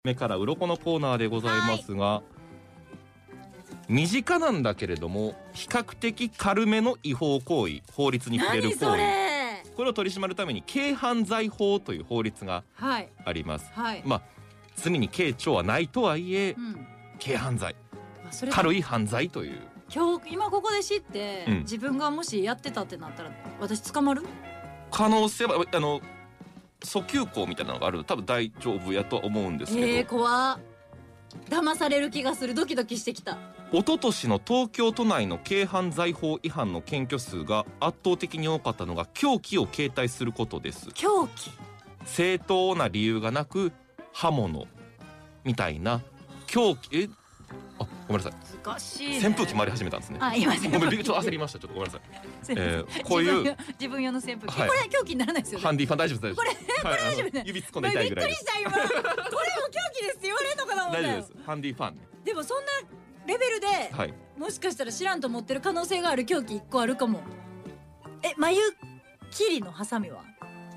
目から鱗のコーナーでございますが、身近なんだけれども比較的軽めの違法行為、法律に触れる行為、 何それ。 これを取り締まるために軽犯罪法という法律がはいあります。 はい。 まあ罪に軽重はないとはいえ、軽犯罪、 それ軽い犯罪という。 今ここで知って、自分がもしやってたってなったら私捕まる？ 可能性は訴求項みたいなのがある、多分大丈夫やとは思うんですけど、 怖っ。騙される気がする。ドキドキしてきた。 一昨年の東京都内の軽犯罪法違反の検挙数が圧倒的に多かったのが凶器を携帯することです。 凶器？ 正当な理由がなく刃物みたいな凶器。ごめんなさい、 難しいね。 扇風機回り始めたんですね。 今ごめん、ちょっと焦りました。ちょっとごめんなさい。こういう自分用の扇風機、 はい、 これ凶器にならないですよね。 ハンディファン大丈夫です。 これ大丈夫ね。 指突っ込んで痛いぐらいです。 びっくりした今。これも凶器ですって言われるのかな思ったよ。 大丈夫です。ハンディファンね。 でもそんなレベルで、もしかしたら知らんと持ってる可能性がある凶器1個あるかも。眉切りのハサミは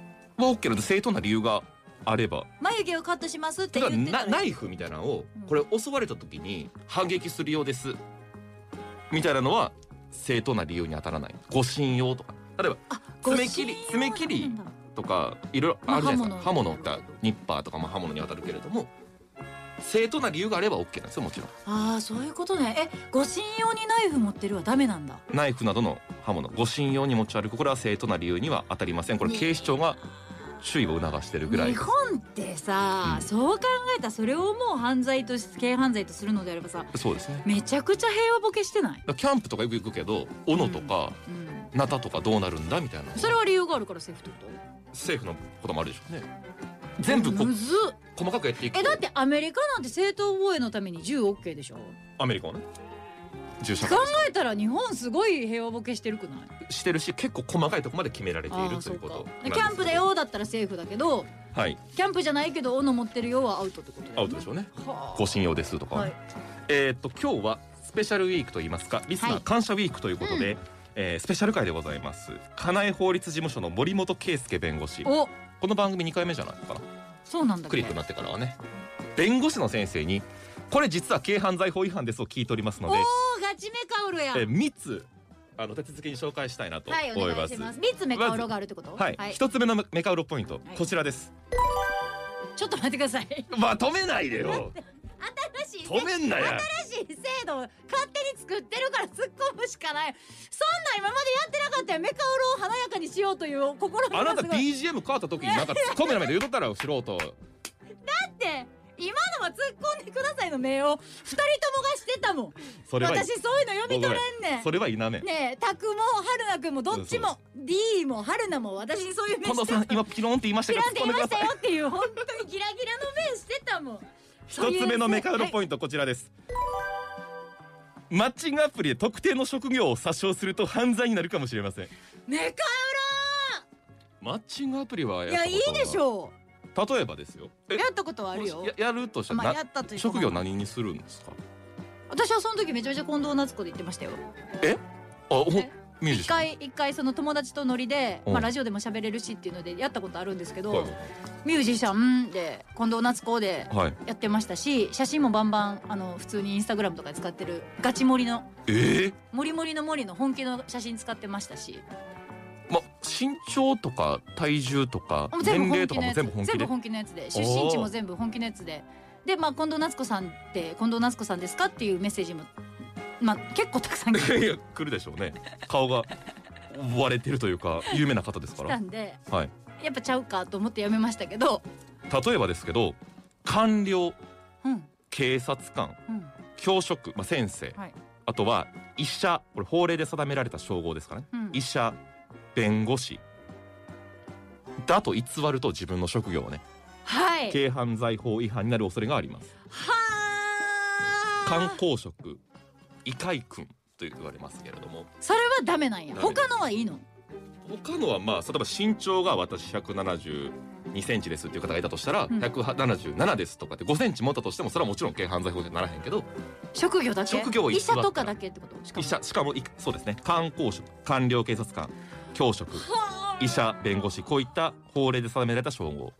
OK なので、正当な理由があれば。 眉毛をカットしますって言ってたら、 ナイフみたいなのを、これ襲われた時に反撃するようですみたいなのは正当な理由に当たらない。護身用とか、例えば爪切りとかいろいろあるじゃないですか。刃物ってニッパーとか刃物に当たるけれども、正当な理由があれば OK なんですよ、もちろん。 そういうことね。護身用にナイフ持ってるはダメなんだ。 ナイフなどの刃物、護身用に持ち歩く、これは正当な理由には当たりません。これ警視庁が注意を促してるぐらい。 日本ってさ、そう考えたらそれをもう犯罪として軽犯罪とするのであればさ、 そうですね、 めちゃくちゃ平和ボケしてない？ キャンプとかよく行くけど、斧とかナタとかどうなるんだみたいな。 それは理由があるからセーフってこと？ セーフのこともあるでしょうね。全部むずっ。 細かくやっていく。 だってアメリカなんて正当防衛のために銃 OK でしょ。アメリカはね、 銃社会考ですからえたら日本すごい平和ボケしてるくない？ してるし、結構細かいところまで決められているということなんです。 キャンプだよだったらセーフだけど、 はい、 キャンプじゃないけど斧持ってるよはアウトってことだよね。 アウトでしょうね。護身用ですとか、今日はスペシャルウィークといいますか、リスナー感謝ウィークということで、スペシャル回でございます。かなえ法律事務所の森本圭介弁護士、この番組2回目じゃないのかな。 そうなんだっけ。 クリックになってからはね、弁護士の先生にこれ実は軽犯罪法違反ですを聞いておりますので、 ガチメカウロや。 3つ手続きに紹介したいなと思います。 お願いします。3つメカウロがあるってこと？ 1つ目のメカウロポイント、こちらです。 ちょっと待ってください。 止めないでよ。 新しい止めんなや。 新しい制度を勝手に作ってるから突っ込むしかない。そんな今までやってなかったよ。メカウロを華やかにしようという心が。 あなた BGM 変わった時になんか突っ込めないで言うとったら素人。だって今のは突っ込んでくださいの名を2人ともがしてたもん。私そういうの読み取れんねん。 それは否め。 ねえ、タクも春菜くんもどっちも D も春菜も私にそういう目してた。 近藤さん今ピロンって言いましたけど、 ピロンって言いましたよっていう本当にギラギラの目してたもん。 1つ目のメカウロポイント、こちらです。マッチングアプリで特定の職業を詐称すると犯罪になるかもしれません。 メカウロマッチングアプリはいやいいでしょう。 例えばですよ、 やったことはあるよ。 やるとしたら、職業何にするんですか？私はその時めちゃめちゃ近藤夏子で言ってましたよ。 ミュージシャン一回その友達とノリで、ラジオでも喋れるしっていうのでやったことあるんですけど、ミュージシャンで近藤夏子でやってましたし、写真もバンバン普通にインスタグラムとかで使ってるガチ盛りのモリモリの森の本気の写真使ってましたし、 身長とか体重とか年齢とかも全部本気のやつで、出身地も全部本気のやつで、近藤夏子さんって近藤夏子さんですかっていうメッセージも結構たくさん来るでしょうね。顔が割れてるというか有名な方ですから。 来たんで、やっぱちゃうかと思ってやめましたけど、 例えばですけど、官僚、警察官、教職、先生、あとは医者、これ法令で定められた称号ですかね、医者、弁護士だと偽ると自分の職業をね、軽犯罪法違反になる恐れがあります。観光職、医海君と言われますけれども、それはダメなんや。他のはいいの？他のは例えば身長が私172センチですっていう方がいたとしたら、177ですとかって5センチ持ったとしても、それはもちろん軽犯罪法にならへんけど、職業だけ、医者とかだけってこと？しかもそうですね、観光職、官僚、警察官、教職、医者、弁護士、こういった法令で定められた称号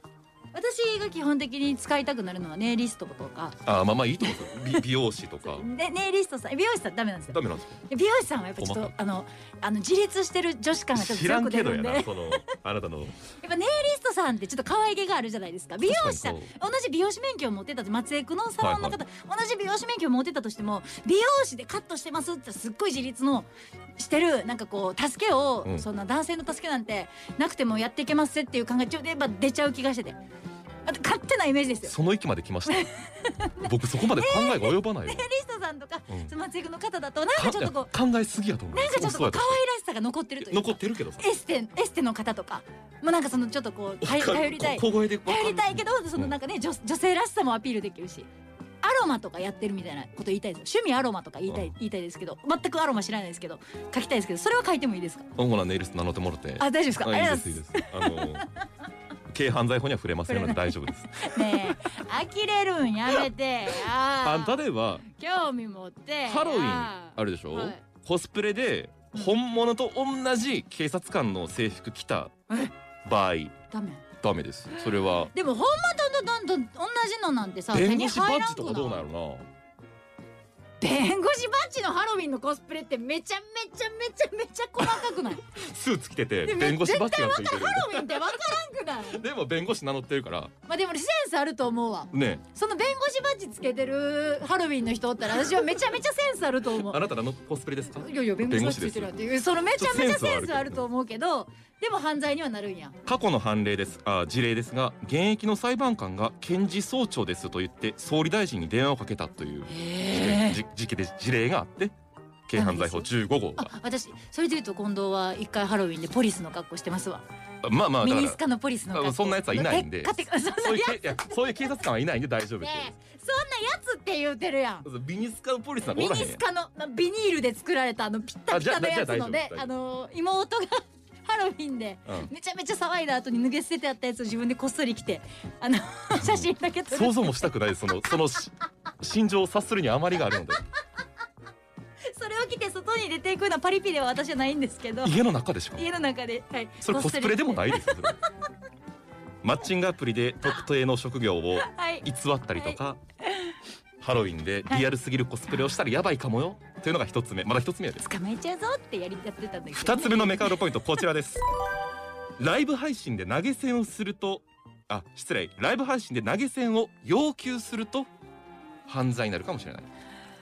私が基本的に使いたくなるのはネイリストとか。 まあいいと思うんですよ。美容師とか。 でネイリストさん、美容師さんダメなんですよ。 ダメなんですか。 美容師さんはやっぱちょっと自立してる女子感がちょっと強く出るんで。 知らんけどやな、あなたの。やっぱネイリストさんってちょっと可愛げがあるじゃないですか。美容師さん同じ美容師免許を持ってたと、松江区のサロンの方、同じ美容師免許を持ってたとしても、美容師でカットしてますってすっごい自立のしてる、なんかこう助けを、そんな男性の助けなんてなくてもやっていけますっていう考えちょっとやっぱ出ちゃう気がしてて、勝手なイメージですよ。 その域まで来ました。僕そこまで考えが及ばないよ。 ネイリストさんとか松江区の方だとなんかちょっとこう考えすぎやと思う。 なんかちょっと可愛らしさが残ってるというか。 残ってるけどさ、 エステの方とかもうなんかそのちょっとこう頼りたいけど、そのなんかね女性らしさもアピールできるし、アロマとかやってるみたいなこと言いたいですよ。趣味アロマとか言いたいですけど、全くアロマ知らないですけど書きたいですけど、それは書いてもいいですか。 主なネイリスト名乗ってもらって。 大丈夫ですか。ありがとうございます。軽犯罪法には触れませんので大丈夫です。 ねえ、呆れるんやめて。 例えば興味持ってハロウィンあるでしょ。コスプレで本物と同じ警察官の制服着た場合ダメです。それはでも本物と同じのなんてさ、 弁護士バッジとかどうなるな。 弁護士バッジのハロウィンのコスプレってめちゃ細かくない？ スーツ着てて弁護士バッジがついてる。 ハロウィンって分からんくない？ でも弁護士名乗ってるから。 まあでもセンスあると思うわ。ね。その弁護士バッジつけてるハロウィンの人おったら私はめちゃめちゃセンスあると思う。 あなたのコスプレですか？ いや弁護士バッジついてるっていう、そのめちゃめちゃセンスあると思うけど。でも犯罪にはなるんや。 過去の事例ですが、現役の裁判官が検事総長ですと言って総理大臣に電話をかけたという事例があって、軽犯罪法15号が。 私それでいうと近藤は一回ハロウィンでポリスの格好してますわ。 まあミニスカのポリスの格好。 そんなやつはいないんで、そういう警察官はいないんで大丈夫です。 そんなやつって言うてるやん。 ミニスカのポリスなんかおらへん。 ミニスカのビニールで作られたピッタピタのやつので、妹がハロウィンでめちゃめちゃ騒いだ後に脱げ捨ててあったやつを自分でこっそり着て写真だけ撮る。 想像もしたくない。その心情を察するに余りがあるので。 それを着て外に出ていくのはパリピでは私はないんですけど、 家の中でしか。 家の中で、 それコスプレでもないですよ。マッチングアプリで特定の職業を偽ったりとか、ハロウィンでリアルすぎるコスプレをしたらやばいかもよというのが一つ目。まだ一つ目です。 捕まえちゃうぞってやってたんだけど、 二つ目のメカウロポイントこちらです。ライブ配信で投げ銭をすると、ライブ配信で投げ銭を要求すると犯罪になるかもしれない。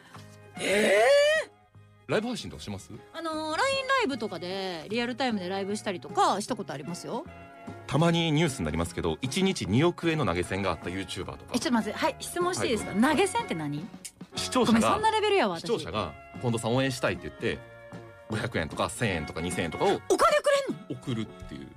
ライブ配信とかします ？LINE ライブとかでリアルタイムでライブしたりとかしたことありますよ。 たまにニュースになりますけど、1日2億円の投げ銭があった YouTuber とか。 ちょっと待って、質問していいですか？投げ銭って何？ 視聴者が、 そんなレベルやわ。 視聴者が近藤さん応援したいって言って500円とか1000円とか2000円とかをお金くれんの？ 送るっていう、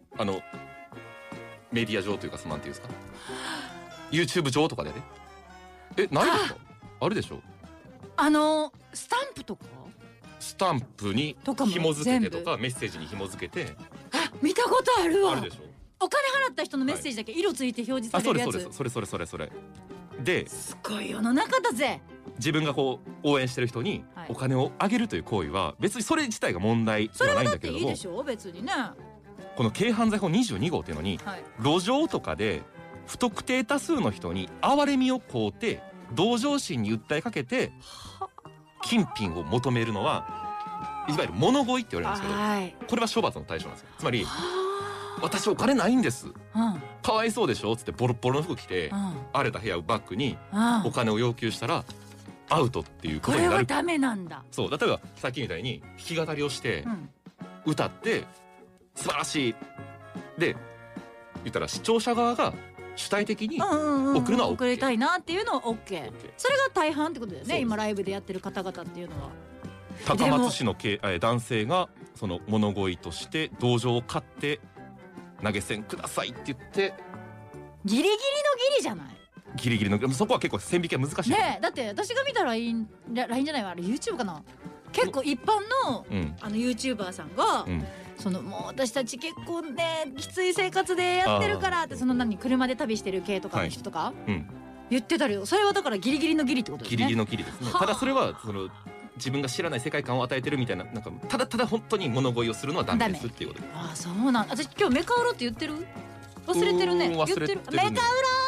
メディア上というか、なんていうんですか、YouTube 上とかでね。ないですか？あるでしょ。 スタンプとか？ スタンプに紐付けてとか、メッセージに紐付けて。 見たことあるわ。 あるでしょ。 お金払った人のメッセージだけ色ついて表示されるやつ。 それで、 すごい世の中だぜ。 自分がこう応援してる人にお金をあげるという行為は別にそれ自体が問題ではないんだけれども、それはだっていいでしょ別にね。この軽犯罪法22号っていうのに、路上とかで不特定多数の人に哀れみを請うて同情心に訴えかけて金品を求めるのはいわゆる物乞いって言われるんですけど、これは処罰の対象なんですよ。つまり、私お金ないんです、かわいそうでしょっつってボロボロの服着て、荒れた部屋をバックにお金を要求したらアウトっていうことになる。 これはダメなんだ。 そう、例えばさっきみたいに弾き語りをして、歌って素晴らしいで言ったら、視聴者側が主体的に送るのは OK、 送りたいなっていうのは OK、それが大半ってことだよね。今ライブでやってる方々っていうのは。 高松市の男性がその物乞いとして同情を買って投げ銭くださいって言って、 ギリギリのギリじゃない？ ギリギリの、そこは結構線引きは難しいね。 だって私が見たLINEじゃないわ、あれ YouTube かな、結構一般のYouTuber さんが、もう私たち結構ねきつい生活でやってるからって、車で旅してる系とかの人とか言ってたり、それはだからギリギリのギリってことですね。 ギリギリのギリですね。ただそれは自分が知らない世界観を与えてるみたいな、ただ本当に物乞いをするのはダメですっていうことで。 そうなん。私今日メカウロって言ってる？ 忘れてるね。 忘れてるね。 メカウロ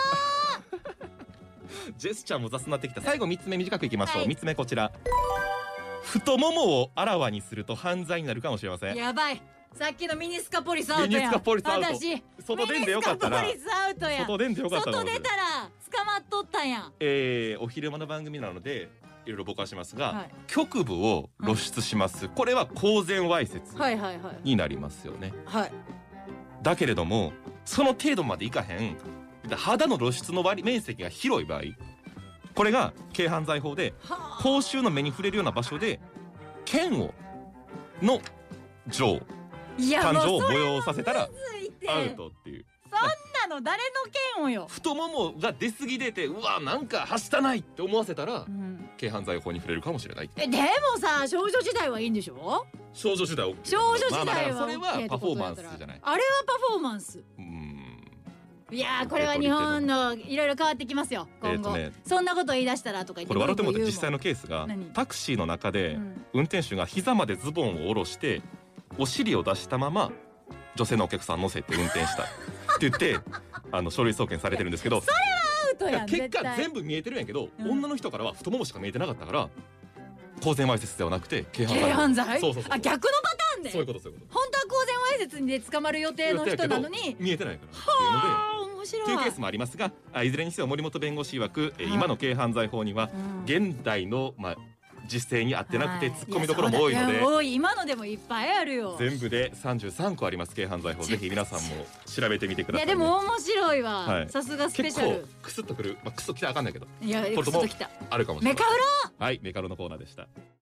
ジェスチャーも雑になってきた。最後3つ目短くいきましょう。 はい 3つ目こちら。太ももをあらわにすると犯罪になるかもしれません。 やばい。さっきのミニスカポリスアウトやん。 ミニスカポリスアウト。 私外出んでよかったら。 ミニスカポリスアウトやん。 外出んでよかったら。 外出たら捕まっとったんやん。 お昼間の番組なのでいろいろぼかしますが、 はい、 局部を露出します、これは公然わいせつになりますよね、 はい、 だけれどもその程度までいかへん肌の露出の面積が広い場合、これが軽犯罪法で公衆の目に触れるような場所で嫌悪の情感情を催させたらアウトっていう。 そんなの誰の嫌悪よ。 太ももが出過ぎ出てうわなんかはしたないって思わせたら、軽犯罪法に触れるかもしれない。 でもさ少女時代はいいんでしょ。 少女時代 OK。 少女時代はそれはパフォーマンスじゃない。 あれはパフォーマンス。いやこれは日本のいろいろ変わってきますよ今後、そんなこと言い出したらとか言って。 これ笑ってもらって実際のケースがタクシーの中で運転手が膝までズボンを下ろしてお尻を出したまま女性のお客さん乗せて運転したって言って書類送検されてるんですけど、 それはアウトやん。 結果全部見えてるんやけど、女の人からは太ももしか見えてなかったから公然わいせつではなくて軽犯罪。 そうあ逆のパターンで。 そういうことそういうこと。 本当は公然わいせつで捕まる予定の人なのに見えてないからっていうので面白いというケースもありますが、いずれにせよ森本弁護士曰く、今の軽犯罪法には現代の実勢に合ってなくて突っ込みどころも多いので、 多い。今のでもいっぱいあるよ。 全部で33個あります軽犯罪法。ぜひ皆さんも調べてみてください、ね。 いやでも面白いわ。さすがスペシャル。 結構クスッとくる、クスッときたらあかんないけど。 いやクスッときた。 あるかもしれない。 メカウロ。 はい、メカウロのコーナーでした。